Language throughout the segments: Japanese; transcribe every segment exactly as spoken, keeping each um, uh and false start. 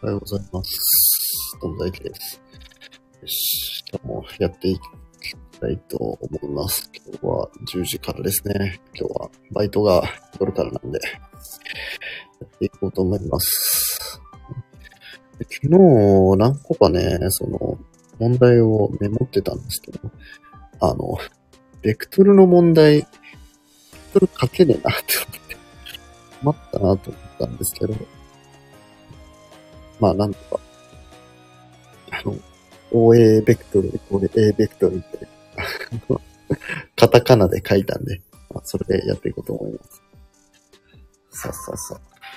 おはようございます。どうも大輝です。よし、今日もやっていきたいと思います。今日はじゅうじからですね。今日はバイトが夜からなんで、やっていこうと思います。で昨日、何個かね、その、問題をメモってたんですけど、あの、ベクトルの問題、ベクトル書けねえなって思って、困ったなと思ったんですけど、まあなんとか、あの、オーエー ベクトルイコール A ベクトルって、カタカナで書いたんで、まあ、それでやっていこうと思います。さあさあさ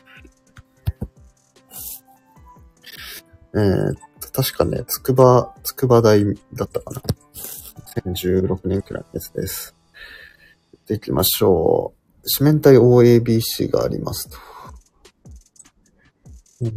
あ。えー、っと、確かね、つくば、つくば大だったかな。にせんじゅうろくねんくらいのやつです。やっていきましょう。四面体 オーエービーシー がありますと。うん、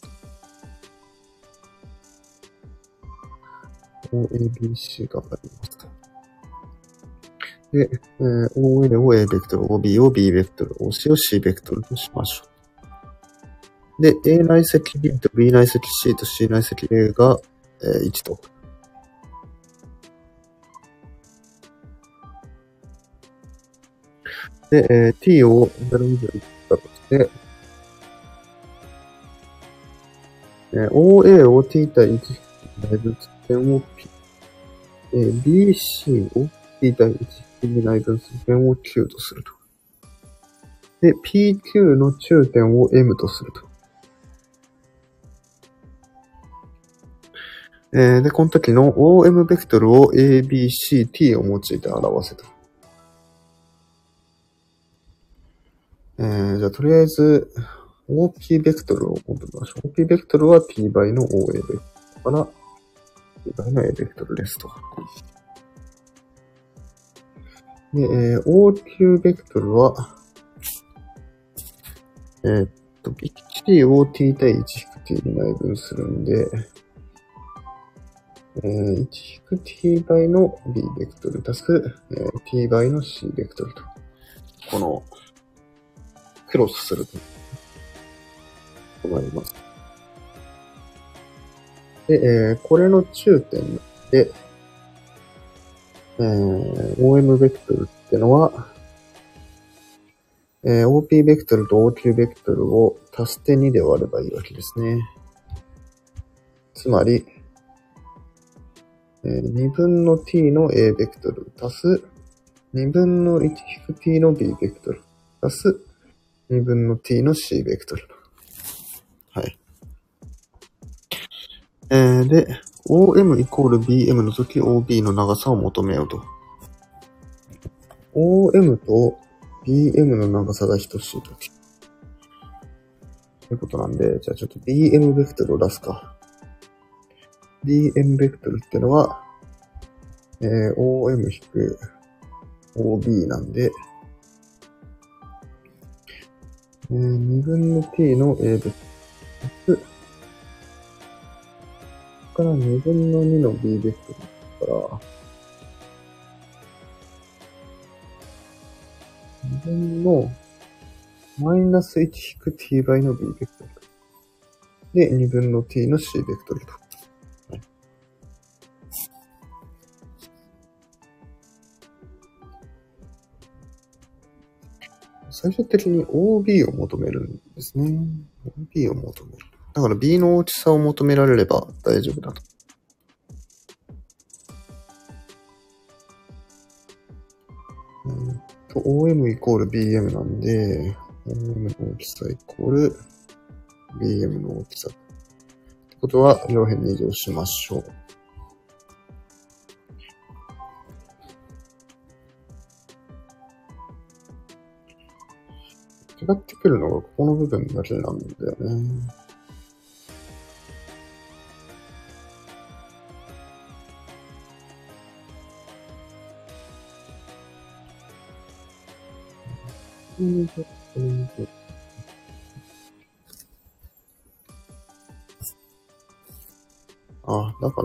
オーエービーシー がありますと。で、えー、オーエル を A ベクトル、オービー を B ベクトル、オーシー を C ベクトルとしましょう。で、A 内積 B と B 内積 C と C 内積 A が、えー、いちと。で、えー、t をゼロ以上いったとして、えー、オーエー を t 対いち内分する点を p、えー、ビーシー を t 対いちに内分する点を q とすると。で、ピーキュー の中点を m とすると。えー、で、この時の オーエム ベクトルを A、B、C、T を用いて表せと。えー、じゃあとりあえず、オーピー ベクトルを求めましょう。オーピー ベクトルは T 倍の オーエー ベクトルから、T 倍の A ベクトルですと。で、えー、オーキュー ベクトルは、えー、っと、いちを T 対 いち T に内分するんで、えー、いち T 倍の B ベクトル足す、えー、T 倍の C ベクトルと。この、クロスするとなります。で、えー、これの中点で、えー、オーエム ベクトルってのは、えー、オーピー ベクトルと オーキュー ベクトルを足してにで割ればいいわけですね。つまり、えー、にぶんの t の A ベクトル足すにぶんの いちひく t の B ベクトル足すにぶんの t の C ベクトル。はい。えー、で、オーエム イコール ビーエム の時 オービー の長さを求めようと。オーエム と ビーエム の長さが等しい時。ということなんで、じゃあちょっと ビーエム ベクトルを出すか。ビーエム ベクトルってのは、えー、オーエム 引く オービー なんで、えー、にぶんの t の A ベクトルからにぶんのにの B ベクトルだから、にぶんのマイナス いち t 倍の B ベクトル。で、にぶんの t の C ベクトルと。はい、最終的に オービー を求めるんですね。オービー を求める。だから B の大きさを求められれば大丈夫だと。と オーエム イコール ビーエム なんで、オーエム の大きさイコール ビーエム の大きさ。ってことは、両辺に移動しましょう。違ってくるのがここの部分だけなんだよね。あ、だから、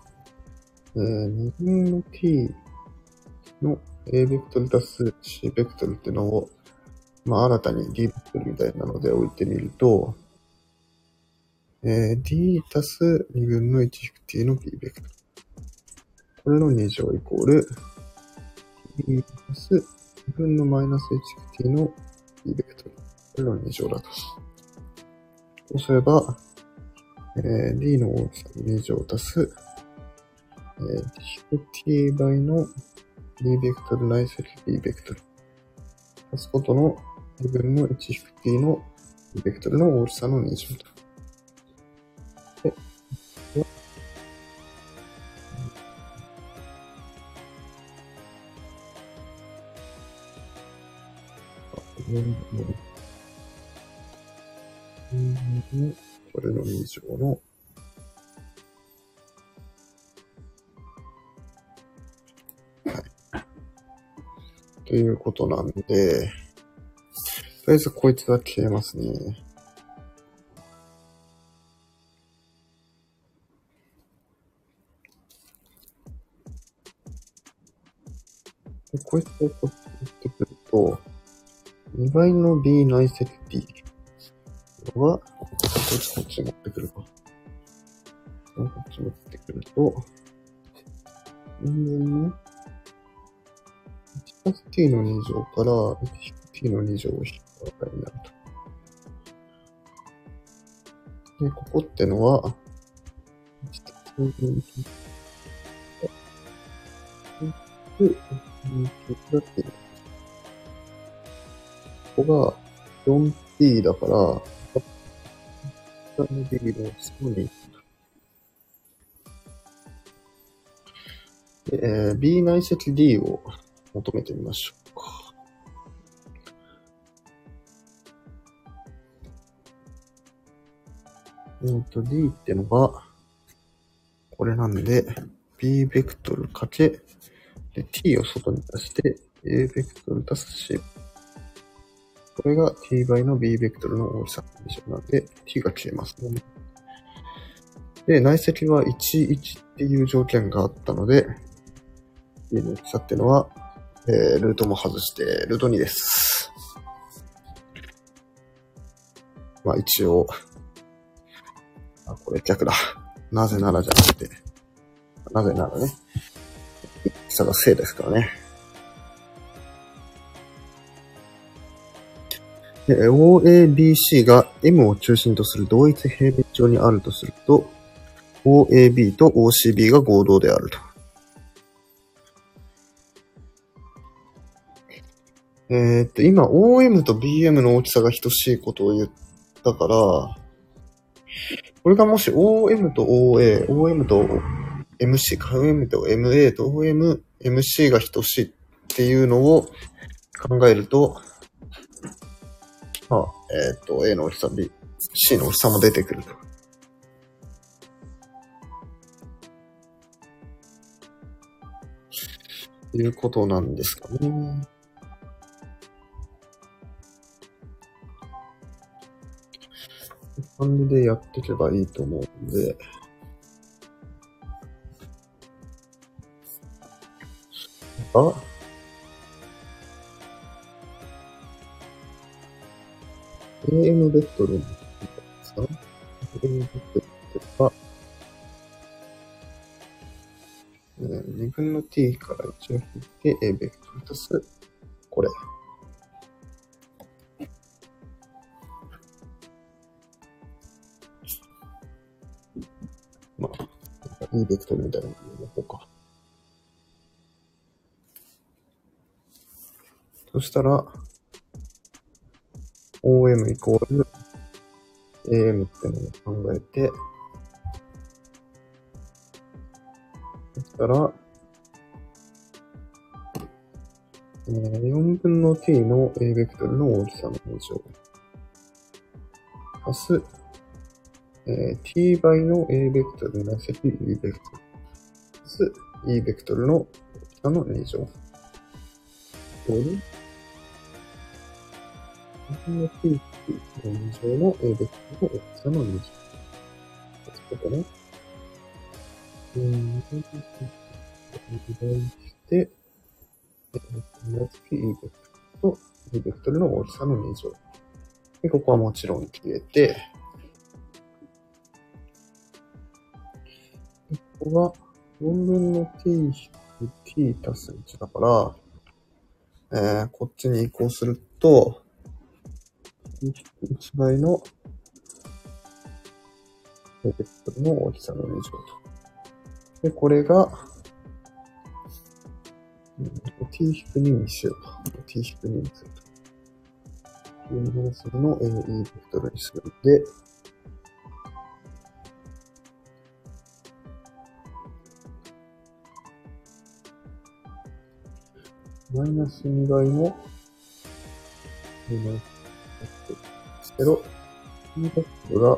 えー、にぶんの t の A ベクトル足す C ベクトルってのを、まあ、新たに D ベクトルみたいなので置いてみると、 えー、d 足すにぶんのいち引く t の b ベクトル。これのに乗イコール d 足すにぶんのマイナスいち引く t の b ベクトル。これのに乗だと。そうすれば、えー、d の大きさのに乗足す、えー、引く t 倍の b ベクトル内積 b ベクトル。足すことのにぶんのいち引く t の b ベクトルの大きさのに乗と。で、これのに乗の、はい。ということなんで、とりあえずこいつは消えますね。でこいつをこっちにしてくると、にばいの b 内積 t は、こいつこっち持ってくるか。こっち持ってくると、にぶんのいち足す t のに乗からいち引く t のに乗を引く値になると。で、ここってのは、いち足すに引くにだってここが よんティー だから、下の b の下に、えー、b 内積 d を求めてみましょうか。うんと、d ってのが、これなんで、b ベクトルかけ、で、t を外に出して、a ベクトル足す c。これが t 倍の b ベクトルの大きさなんで、t が消えますね。で、内積はいち、いちっていう条件があったので、b の大きさってのは、えー、ルートも外して、ルートにです。まあ一応、あ、これ逆だ。なぜならじゃなくて、なぜならね、大きさが正ですからね。で、オーエービーシー が M を中心とする同一平面上にあるとすると、オーエービー と オーシービー が合同であると。えー、っと、今 オーエム と ビーエム の大きさが等しいことを言ったから、これがもし オーエム と オーエー、オーエム と エムシー か、オーエム と エムエー と オーエム、エムシー が等しいっていうのを考えると、まあ、えー、っと、A の大きさ、B、C の大きさも出てくると。いうことなんですかね。感じでやっていけばいいと思うんで、あ、エーエム ベクトルですか？ エーエム ベクトルっては、にぶんの t からいちを引いて A ベクトル足す、これ。まあ、E ベクトルみたいなのの方か。そしたら、オーエム イコール エーエム ってのを考えて、そしたら、えー、よんぶんの t の A ベクトルの大きさのに乗。足す、えー、t 倍の A ベクトルの積 E ベクトル。足す E ベクトルの大きさのに乗。これに、よんぶんの t のに乗の A ベクトルの大きさのに乗。足すことね。えー、に倍して、同じ E ベクトルと E ベクトルの大きさのに乗。で、ここはもちろん消えて、 ここがよんぶんの t 引く t 足すいちだから、えー、こっちに移行すると、t 引くいち倍のベクトルの大きさのに乗と。で、これが、t 引くににしようと。t 引くににすると。t のするの a、e ベクトルにするんで、マイナスに倍の、マイナスゼロ、t ベクトルが、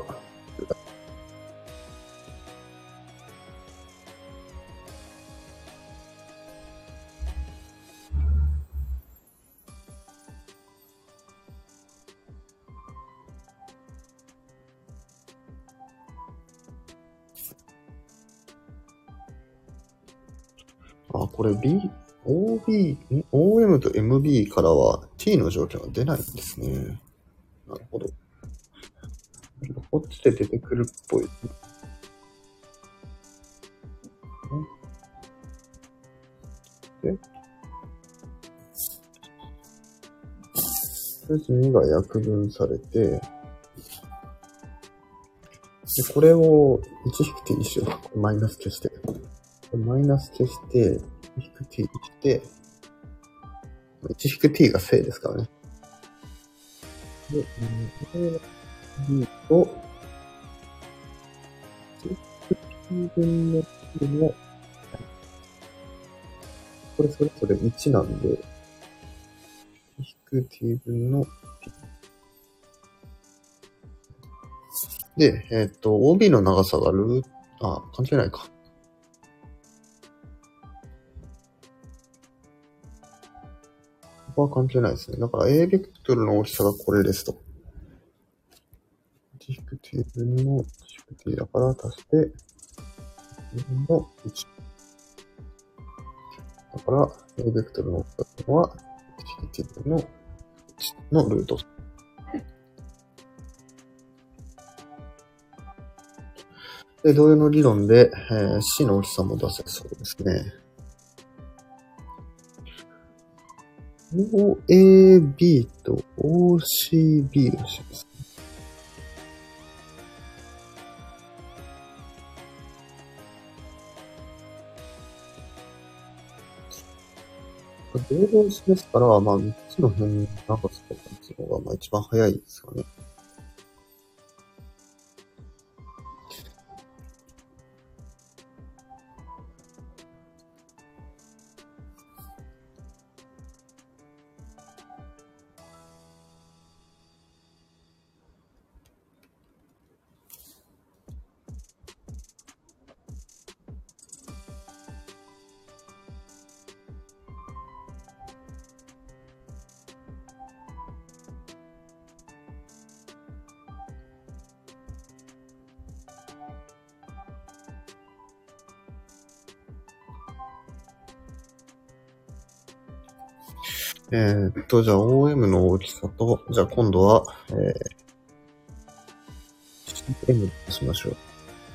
あ、これ B、オービー、ん オーエム と エムビー からは t の条件は出ないんですね。なるほど。こっちで出てくるっぽい。で、とりあえずにが約分されて、で、これをいち引く t にしよう。これマイナス消して。これマイナス消して、いち引く t にして、いち引く t が正ですからね。で、A、B と、いち引く t 分の t の、これそれぞれいちなんで、いち引く t 分の t。で、えっと、オービー の長さがルート、あ、関係ないか。ここは関係ないですね。だから A ベクトルの大きさがこれですと。いち引く t 分のいち引く t だから足して、t 分のいち。だから、A ベクトルの大きさというのは、いち引く t 分のいちのルート。で、同様の理論で、えー、C の大きさも出せそうですね。オーエービー と オーシービー をします。平等示すから、まあ、みっつの辺に長さを出すのが、まあ、一番早いですかね。えー、っと、じゃあ オーエム の大きさと、じゃあ今度は、えー、シーエム としましょう。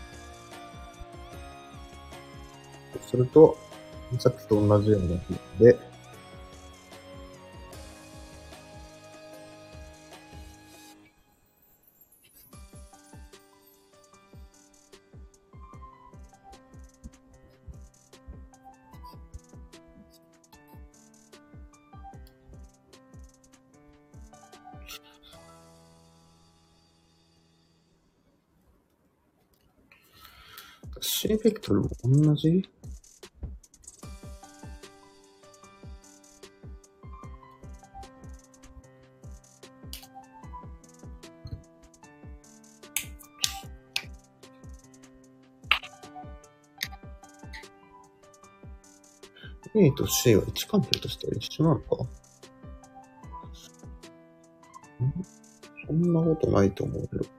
そうすると、さっきと同じような比で、C ベクトルも同じA と C は位置関係としては一緒なのかそんなことないと思うけど。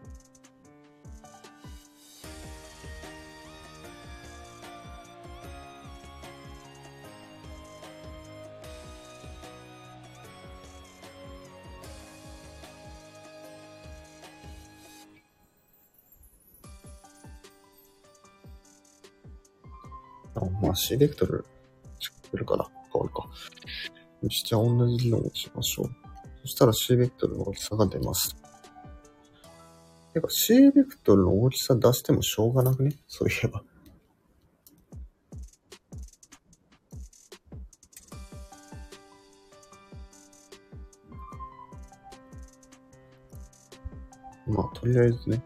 あ、まあ C ベクトル作ってるから変わるか。よし、じゃあ同じ議論をしましょう。そしたら C ベクトルの大きさが出ます。てか C ベクトルの大きさ出してもしょうがなくね？そういえば。まあ、とりあえずね。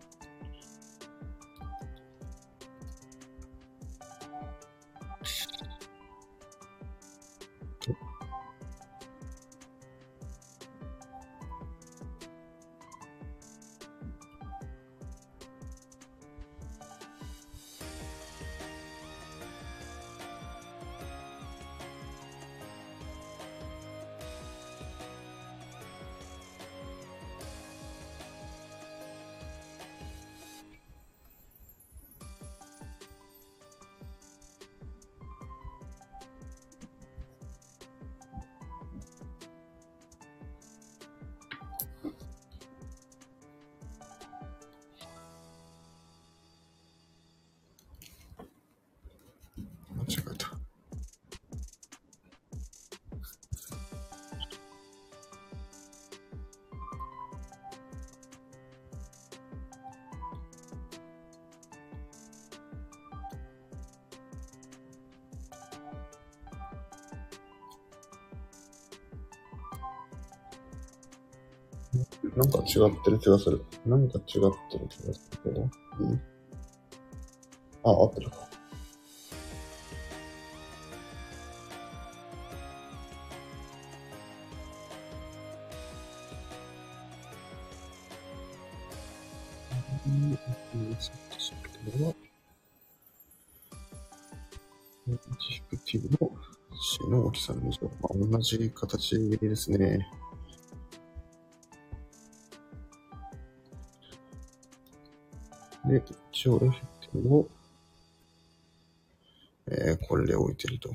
間違えた。なんか違ってる気がする。なんか違ってる気がするけど。うん、あ、合ってるか。うん、セットするのは、エグジクティブの C の大きさの以上。まあ、同じ形ですね。で、一応エフェクティブを、えー、これで置いてると。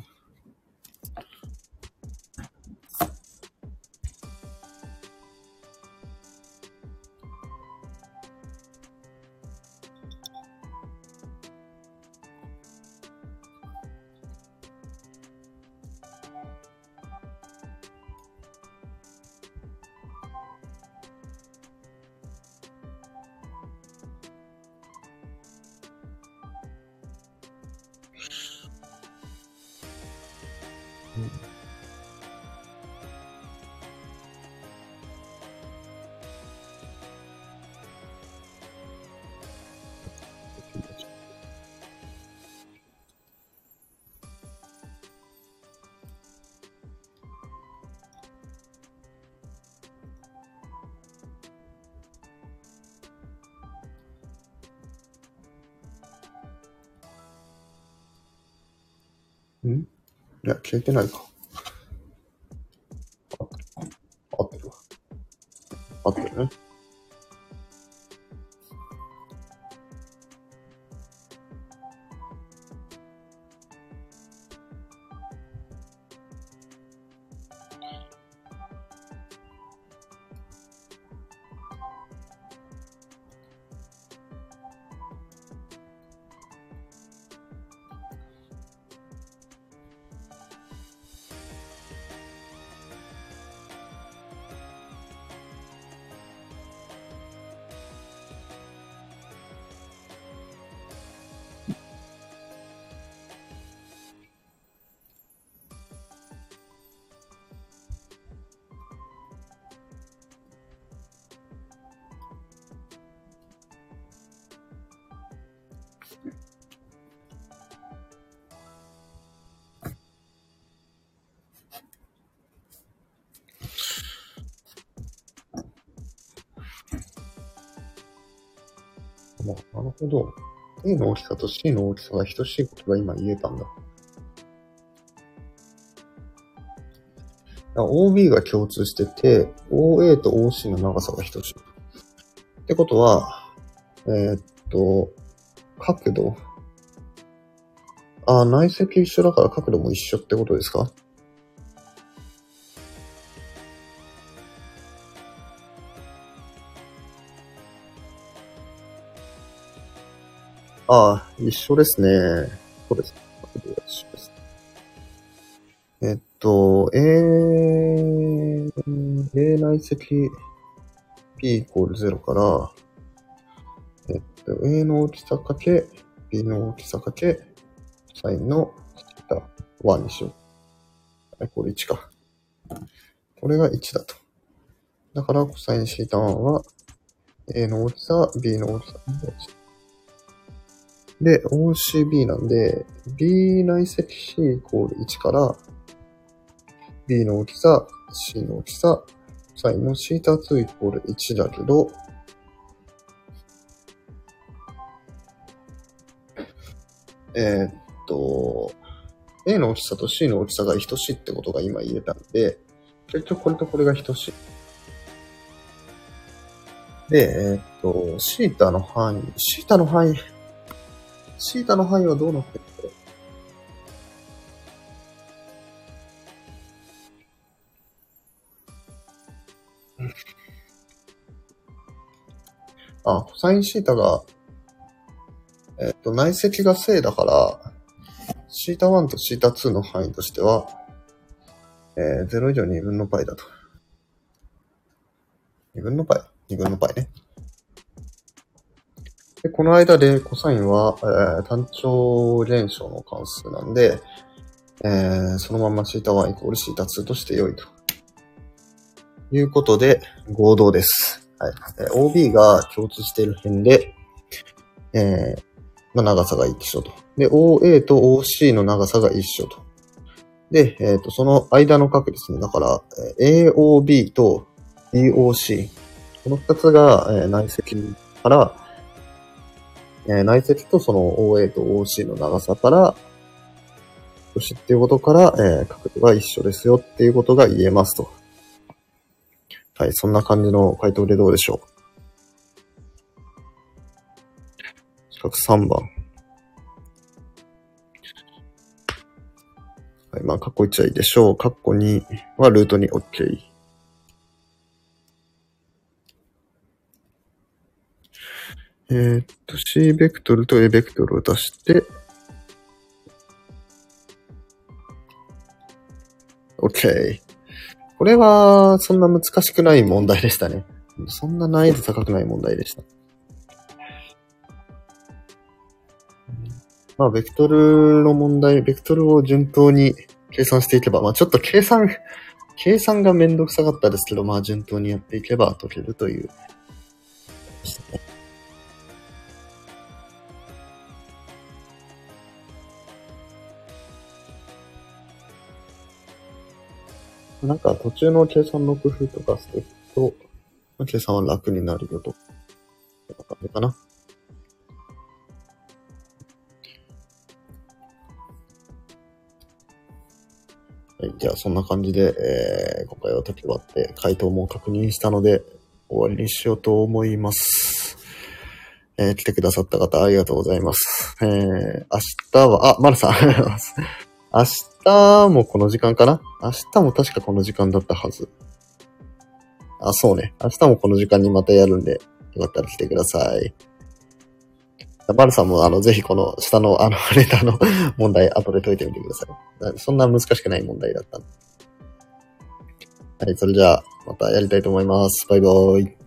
うんんいや、消えてないか。合ってるわ。合ってるね。まあ、なるほど。A の大きさと C の大きさが等しいことが今言えたんだ。オービー が共通してて、オーエー と オーシー の長さが等しい。ってことは、えー、っと、角度。あ、内積一緒だから角度も一緒ってことですか？ああ、一緒ですね。そうです。 と、A、A 内積 B イコールゼロから、えっと、A の大きさかけ、B の大きさかけ、サインのシータいちにしよう。これいちか。これがいちだと。だから、コサインシータいちは、A の大きさ、B の大きさ。で、オーシービー なんで、B 内積 C イコールいちから、B の大きさ、C の大きさ、サインのシータにイコールいちだけど、えー、っと、A の大きさと C の大きさが等しいってことが今言えたんで、結局これとこれが等しい。で、えー、っと、シータの範囲、シータの範囲、シータの範囲はどうなってるの？あ、コサインシータが、えっと、内積が正だから、シータいちとシータにの範囲としては、えー、ゼロ以上にぶんの π だと。にぶんの π? にぶんの π ね。で、この間でコサインは、えー、単調連承の関数なんで、えー、そのままシータいちイコールシータにとして良いと。いうことで、合同です。はい。えー、オービー が共通している辺で、えー、まあ、長さが一緒と。で、オーエー と オーシー の長さが一緒と。で、えっと、その間の角ですね。だから、エーオービー と ビーオーシー。この二つが、えー、内積から、えー、内積とその オーエー と オーシー の長さから、等しいっていうことから、えー、角度が一緒ですよっていうことが言えますと。はい、そんな感じの回答でどうでしょう。四角さんばん。はい、まあ、カッコいちはいいでしょう。カッコにはルートに OK。えー、っと、C ベクトルと A ベクトルを出して、OK。これは、そんな難しくない問題でしたね。そんな難易度高くない問題でした。まあ、ベクトルの問題、ベクトルを順当に計算していけば、まあちょっと計算、計算がめんどくさかったですけど、まあ順当にやっていけば解けるという。なんか途中の計算の工夫とかしていくと、まあ、計算は楽になるよと。こんな感じかな。はい、じゃあそんな感じで、えー、今回は解き終わって回答も確認したので終わりにしようと思います。えー、来てくださった方ありがとうございます。えー、明日は、あ、マルさん。明日もこの時間かな？明日も確かこの時間だったはず。あ、そうね。明日もこの時間にまたやるんで、よかったら来てください。バルさんもあの、ぜひこの下のあの、レターの問題後で解いてみてください。そんな難しくない問題だった。はい、それじゃあ、またやりたいと思います。バイバーイ。